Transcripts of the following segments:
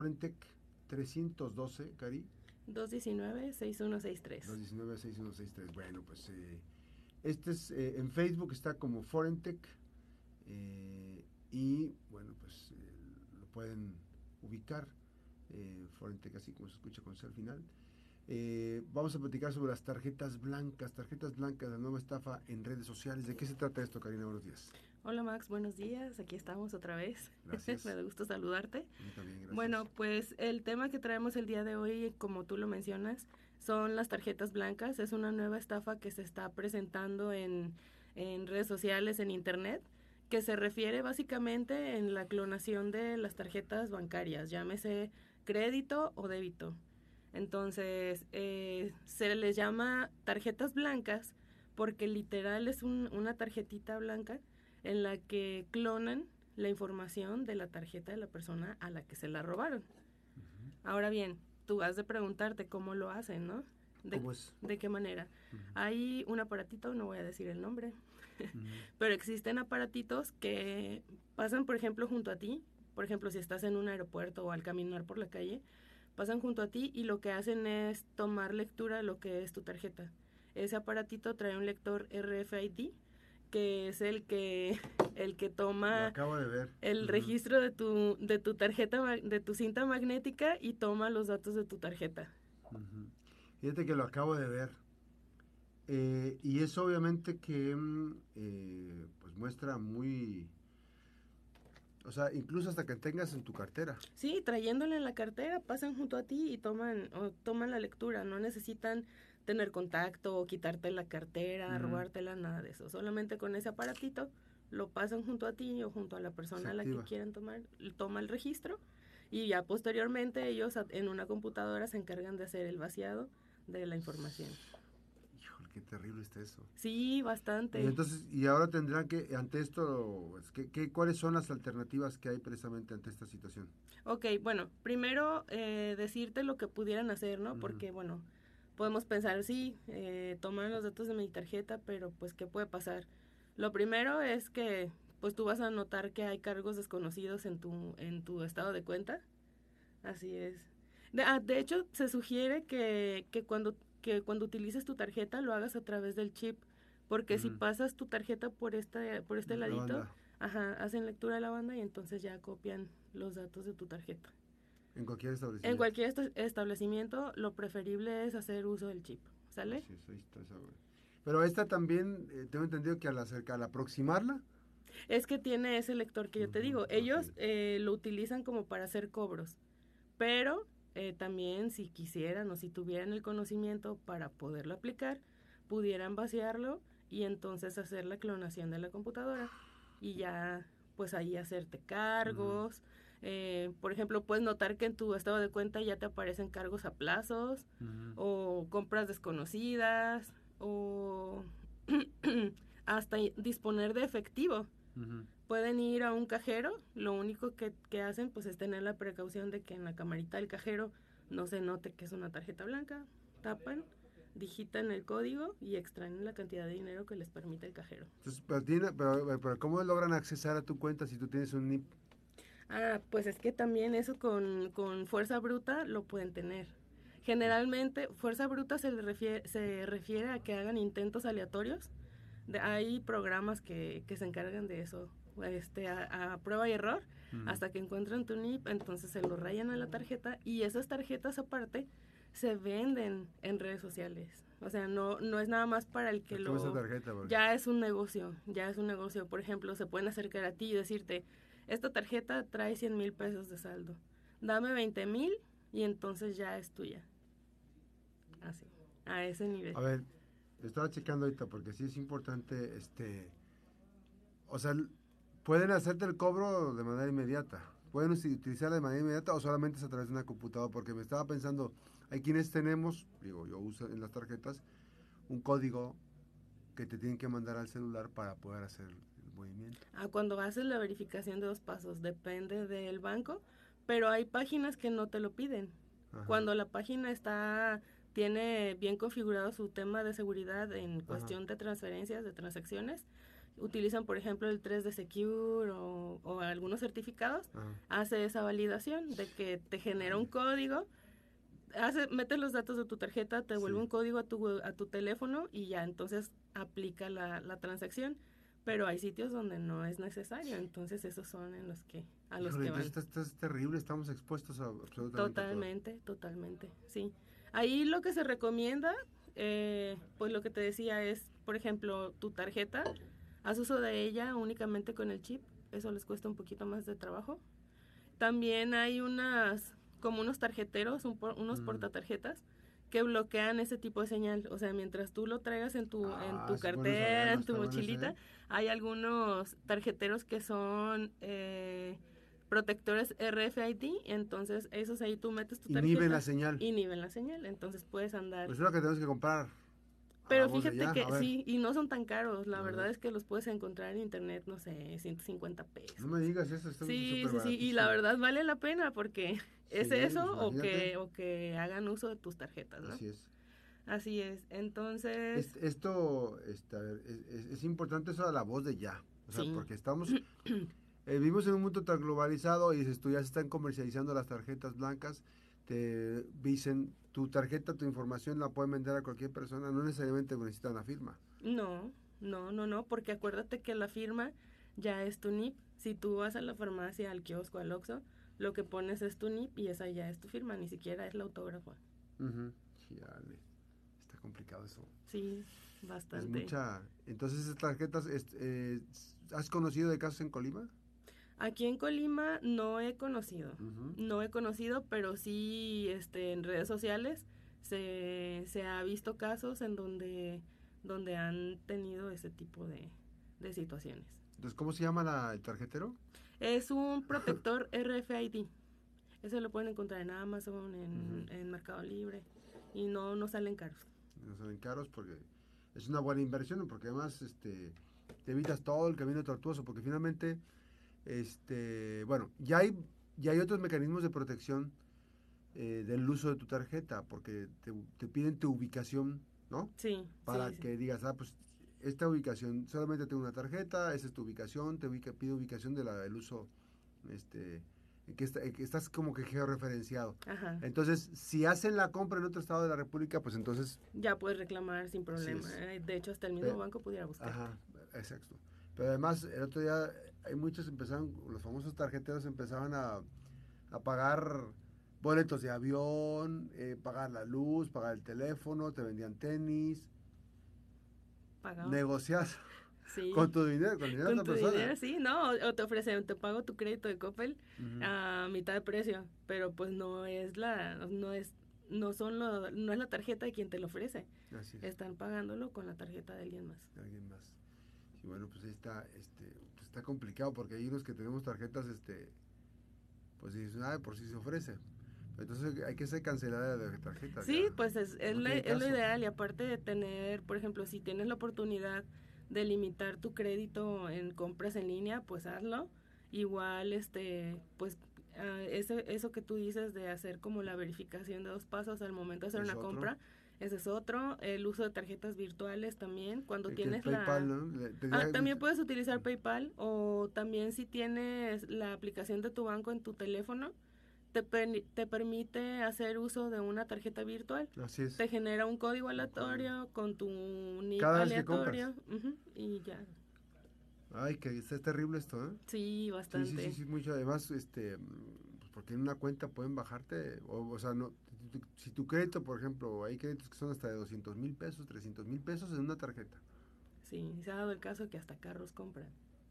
Forentec 312, Cari. 219-6163. 219-6163. Bueno, pues este es en Facebook está como Forentec y bueno, pues lo pueden ubicar. Forentec, así como se escucha con C al final. Vamos a platicar sobre las tarjetas blancas, la nueva estafa en redes sociales. ¿De qué se trata esto, Karina? Buenos días. Hola Max, buenos días, aquí estamos otra vez. Me Gracias. da gusto saludarte. A mí también, gracias. Bueno, pues el tema que traemos el día de hoy, como tú lo mencionas, son las tarjetas blancas. Es una nueva estafa que se está presentando en redes sociales, en internet, que se refiere básicamente en la clonación de las tarjetas bancarias, llámese crédito o débito. Entonces, se les llama tarjetas blancas porque literal es una tarjetita blanca en la que clonan la información de la tarjeta de la persona a la que se la robaron. Ahora bien, tú has de preguntarte cómo lo hacen, ¿no? ¿De, ¿Cómo es? de qué manera? Uh -huh. Hay un aparatito, no voy a decir el nombre, Uh -huh. pero existen aparatitos que pasan, por ejemplo, junto a ti. Por ejemplo, si estás en un aeropuerto o al caminar por la calle, pasan junto a ti y lo que hacen es tomar lectura de lo que es tu tarjeta. Ese aparatito trae un lector RFID, que es el que Lo toma acabo de ver. el registro de tu tarjeta, de tu cinta magnética, y toma los datos de tu tarjeta. Fíjate que lo acabo de ver. Y es obviamente que pues muestra muy... O sea, incluso hasta que tengas en tu cartera. Sí, trayéndola en la cartera, pasan junto a ti y toman la lectura. No necesitan tener contacto o quitarte la cartera, robártela, nada de eso. Solamente con ese aparatito lo pasan junto a ti o junto a la Se persona a la que activa. quieren toma el registro, y ya posteriormente ellos en una computadora se encargan de hacer el vaciado de la información. Híjole, qué terrible está eso. Sí, bastante. Entonces, y ahora tendrán que, ante esto, ¿cuáles son las alternativas que hay precisamente ante esta situación? Ok, bueno, primero decirte lo que pudieran hacer, ¿no? Porque, bueno, podemos pensar, sí, toman los datos de mi tarjeta, pero pues, ¿qué puede pasar? Lo primero es que, pues, tú vas a notar que hay cargos desconocidos en tu estado de cuenta. Así es. De hecho, se sugiere que cuando utilices tu tarjeta lo hagas a través del chip, porque si pasas tu tarjeta por este La ladito, banda, ajá, hacen lectura de la banda y entonces ya copian los datos de tu tarjeta. en cualquier En establecimiento. cualquier establecimiento, lo preferible es hacer uso del chip, ¿sale? Así es, ahí está esa. Pero esta también, tengo entendido que al aproximarla, Es que tiene ese lector que yo te digo. ok. Ellos lo utilizan como para hacer cobros, pero también si quisieran o si tuvieran el conocimiento para poderlo aplicar, pudieran vaciarlo y entonces hacer la clonación de la computadora y ya pues ahí hacerte cargos. Por ejemplo, puedes notar que en tu estado de cuenta ya te aparecen cargos a plazos o compras desconocidas o hasta disponer de efectivo. Pueden ir a un cajero, lo único que hacen pues es tener la precaución de que en la camarita del cajero no se note que es una tarjeta blanca, tapan, digitan el código y extraen la cantidad de dinero que les permite el cajero. Entonces, pero ¿cómo logran accesar a tu cuenta si tú tienes un NIP? Pues es que también eso con fuerza bruta lo pueden tener. Generalmente, fuerza bruta se refiere a que hagan intentos aleatorios. Hay programas que se encargan de eso, a prueba y error, hasta que encuentran tu NIP, entonces se lo rayan a la tarjeta y esas tarjetas aparte se venden en redes sociales. O sea, no es nada más para el que Toma esa lo... tarjeta, porque... Ya es un negocio, ya es un negocio. Por ejemplo, se pueden acercar a ti y decirte, esta tarjeta trae 100,000 pesos de saldo, dame 20,000 y entonces ya es tuya. Así, a ese nivel. A ver, estaba checando ahorita porque sí es importante, o sea, pueden hacerte el cobro de manera inmediata. Pueden utilizarla de manera inmediata o solamente es a través de una computadora, porque me estaba pensando, hay quienes tenemos, digo, yo uso en las tarjetas, un código que te tienen que mandar al celular para poder hacer el movimiento. Cuando haces la verificación de 2 pasos, depende del banco, pero hay páginas que no te lo piden. Ajá, Cuando la página tiene bien configurado su tema de seguridad en ajá. cuestión de transferencias, de transacciones, utilizan, por ejemplo, el 3D Secure o algunos certificados, hace esa validación de que te genera un código, metes los datos de tu tarjeta, te vuelve un código a tu teléfono y ya entonces aplica la transacción. Pero hay sitios donde no es necesario, entonces esos son en los que los que van. Esto es terrible, estamos expuestos a absolutamente Totalmente, sí. Ahí lo que se recomienda, pues lo que te decía es, por ejemplo, tu tarjeta, haz uso de ella únicamente con el chip, eso les cuesta un poquito más de trabajo. También hay como unos tarjeteros, unos portatarjetas, que bloquean ese tipo de señal. O sea, mientras tú lo traigas en tu cartera, en tu mochilita, hay algunos tarjeteros que son protectores RFID, entonces esos ahí tú metes tu tarjeta. Inhiben la señal. Inhiben la señal, entonces puedes andar. Pues es lo que tenemos que comprar. Pero fíjate que sí, y no son tan caros. La verdad es que los puedes encontrar en internet, no sé, 150 pesos. No me digas eso, está sí, y la verdad vale la pena porque es eso pues o que hagan uso de tus tarjetas, ¿no? Así es, entonces... Esto, a ver, es importante eso de la voz de ya, o sea, porque estamos... vivimos en un mundo tan globalizado y dices, tú ya se están comercializando las tarjetas blancas, te dicen, tu tarjeta, tu información la pueden vender a cualquier persona, no necesariamente necesitan una firma. No, porque acuérdate que la firma ya es tu NIP. Si tú vas a la farmacia, al kiosco, al Oxxo, lo que pones es tu NIP y esa ya es tu firma, ni siquiera es la autógrafa. Dale. Está complicado eso. Sí, bastante. Entonces, esas tarjetas, ¿has conocido de casos en Colima? Aquí en Colima no he conocido, pero sí en redes sociales se ha visto casos en donde han tenido ese tipo de situaciones. Entonces, ¿cómo se llama el tarjetero? Es un protector RFID. Eso lo pueden encontrar en Amazon, en Mercado Libre, y no salen caros. No salen caros porque es una buena inversión, porque además te evitas todo el camino tortuoso, porque finalmente bueno, ya hay otros mecanismos de protección del uso de tu tarjeta, porque te piden tu ubicación, ¿no? Sí. Para que digas, pues esta ubicación, solamente tengo una tarjeta, esa es tu ubicación, pide ubicación del uso, que estás como que georreferenciado. Ajá. Entonces, si hacen la compra en otro estado de la República, pues entonces... Ya puedes reclamar sin problema. De hecho, hasta el mismo banco pudiera buscar. Ajá, exacto. Pero además, el otro día hay muchos los famosos tarjeteros empezaban a pagar boletos de avión, pagar la luz, pagar el teléfono, te vendían tenis, negociar con tu dinero, con el dinero de otra persona. Dinero, sí, no, o te ofrecen, te pago tu crédito de Coppel a mitad de precio, pero pues no es no es la tarjeta de quien te lo ofrece. Así es. Están pagándolo con la tarjeta de alguien más. Y bueno, pues ahí está, está complicado porque hay unos que tenemos tarjetas, pues dicen, por si se ofrece. Entonces hay que ser cancelada de tarjeta. Sí, pues es lo ideal, y aparte de tener, por ejemplo, si tienes la oportunidad de limitar tu crédito en compras en línea, pues hazlo. Igual, pues eso que tú dices de hacer como la verificación de 2 pasos al momento de hacer una compra, ese es otro. El uso de tarjetas virtuales también, cuando tienes PayPal, ¿no? También puedes utilizar PayPal, o también si tienes la aplicación de tu banco en tu teléfono, te permite hacer uso de una tarjeta virtual. Así es. Te genera un código aleatorio con tu NIP aleatorio. Y ya. Ay, que es terrible esto, ¿eh? Sí, bastante. Sí, mucho. Además, pues porque en una cuenta pueden bajarte, o sea, no, si tu crédito, por ejemplo, hay créditos que son hasta de 200,000 pesos, 300,000 pesos en una tarjeta. Sí, se ha dado el caso que hasta carros compran.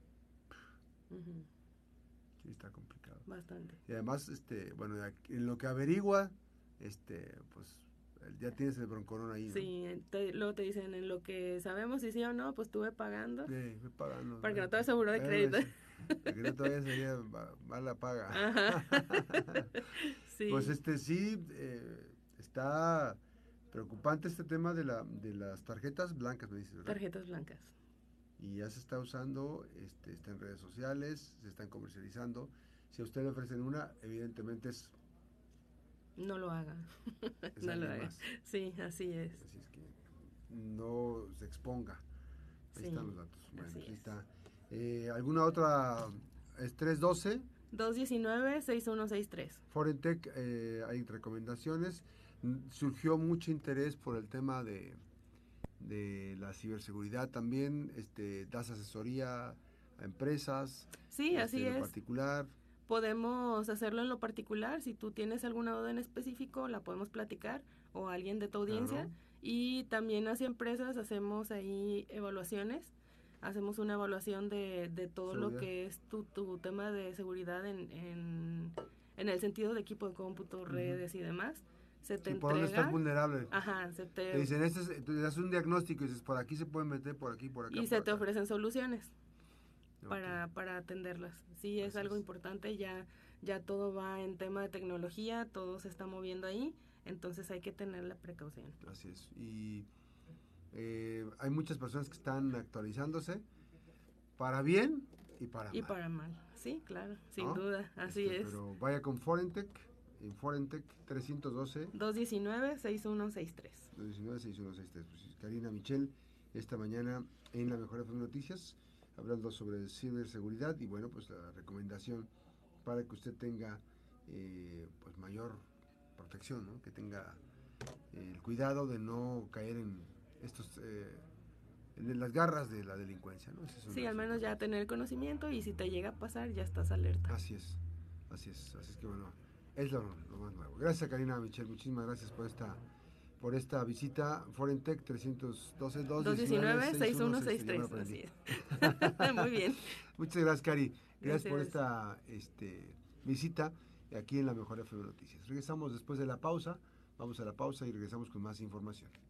Sí, está complicado. Bastante. Y además, bueno, en lo que averigua, pues ya tienes el broncorón ahí, ¿no? Sí, luego te dicen, en lo que sabemos si sí o no, pues estuve pagando. Sí, estuve pagando. Para que no te vayas seguro de crédito. Para que no te vayas sería mala paga. Ajá. Sí. Pues sí, está preocupante este tema de las tarjetas blancas, me dices, ¿verdad? Tarjetas blancas. Y ya se está usando, está en redes sociales, se están comercializando. Si a usted le ofrecen una, evidentemente es... No lo haga. No lo haga. Sí, así es. Así es que no se exponga. Ahí Sí, están los datos. Bueno, así ahí es. está. ¿Alguna otra? Es 312. 219-6163. Forentec, hay recomendaciones. Surgió mucho interés por el tema de la ciberseguridad también. Das asesoría a empresas, Sí, así en lo es. particular. Podemos hacerlo en lo particular. Si tú tienes alguna duda en específico, la podemos platicar o alguien de tu audiencia. Claro. Y también hacia empresas hacemos ahí evaluaciones. Hacemos una evaluación de todo lo Seguridad. que es tu tema de seguridad en el sentido de equipo de cómputo, Ujú. redes y demás. Se te Sí, ¿por dónde estás entrega, vulnerable? ajá, Te dicen, tú le das un diagnóstico y dices, por aquí se pueden meter, por aquí, por acá, y por se te acá. ofrecen soluciones Ok, para atenderlas. Sí, es así algo es. importante, ya todo va en tema de tecnología, todo se está moviendo ahí, entonces hay que tener la precaución. Así es. Y hay muchas personas que están actualizándose para bien y para Y mal, para mal, sí, claro, sin ¿no? duda, así es. Pero vaya con Forentec, en Forentec 312 219-6163. 196163. Pues, Karina Michel, esta mañana en la Mejor FM Noticias, hablando sobre ciberseguridad y bueno, pues la recomendación para que usted tenga pues mayor protección, ¿no? Que tenga el cuidado de no caer en estos en las garras de la delincuencia, ¿no? Eso es Sí, una al cosa menos ya importante. tener conocimiento y si te llega a pasar ya estás alerta. Así es, así es, así es que bueno, es lo más nuevo. Gracias Karina Michel, muchísimas gracias por esta visita. Forentec 312 219 6163, ya me lo 219-6163, aprendí. así es. Muy bien. Muchas gracias Cari, gracias por Gracias. esta visita aquí en la Mejor FM Noticias. Regresamos después de la pausa, vamos a la pausa y regresamos con más información.